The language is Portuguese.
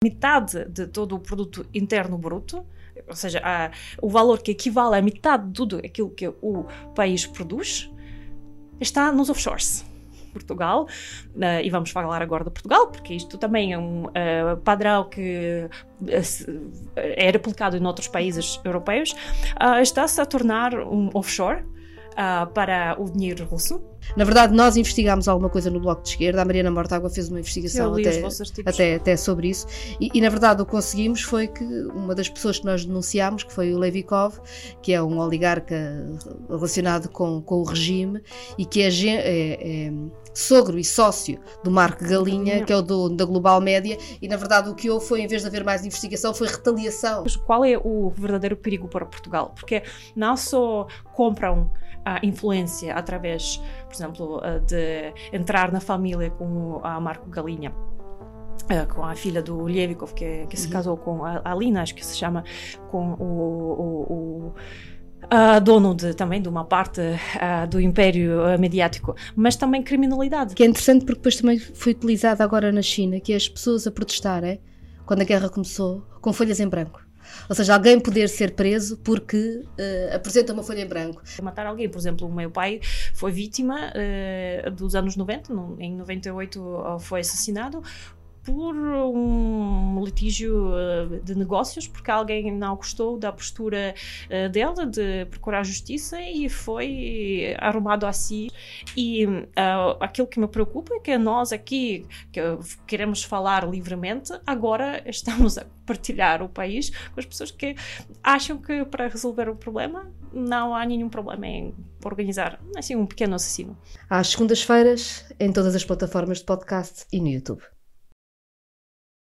metade de todo o produto interno bruto, ou seja, o valor que equivale a metade de tudo aquilo que o país produz, está nos offshores. Portugal, e vamos falar agora de Portugal, porque isto também é um padrão que é replicado em outros países europeus, está-se a tornar um offshore para o dinheiro russo. Na verdade, nós investigámos alguma coisa no Bloco de Esquerda, a Mariana Mortágua fez uma investigação até sobre isso, e na verdade o que conseguimos foi que uma das pessoas que nós denunciámos, que foi o Levikov, que é um oligarca relacionado com o regime e que é sogro e sócio do Marco Galinha, que é o dono da Global Média, e na verdade o que houve foi, em vez de haver mais investigação, foi retaliação. Mas qual é o verdadeiro perigo para Portugal? Porque não só compram a influência através, por exemplo, de entrar na família com a Marco Galinha, com a filha do Levikov, que se casou com a Alina, acho que se chama, com o dono também de uma parte do império mediático, mas também criminalidade. Que é interessante porque depois também foi utilizado agora na China, que é as pessoas a protestarem, quando a guerra começou, com folhas em branco. Ou seja, alguém poder ser preso porque apresenta uma folha em branco. Matar alguém, por exemplo, o meu pai foi vítima dos anos 90, em 98 foi assassinado por um litígio de negócios, porque alguém não gostou da postura dela de procurar justiça e foi arrumado a si. E aquilo que me preocupa é que nós aqui, que queremos falar livremente, agora estamos a partilhar o país com as pessoas que acham que para resolver o problema não há nenhum problema em organizar assim um pequeno assassino. Às segundas-feiras, em todas as plataformas de podcast e no YouTube.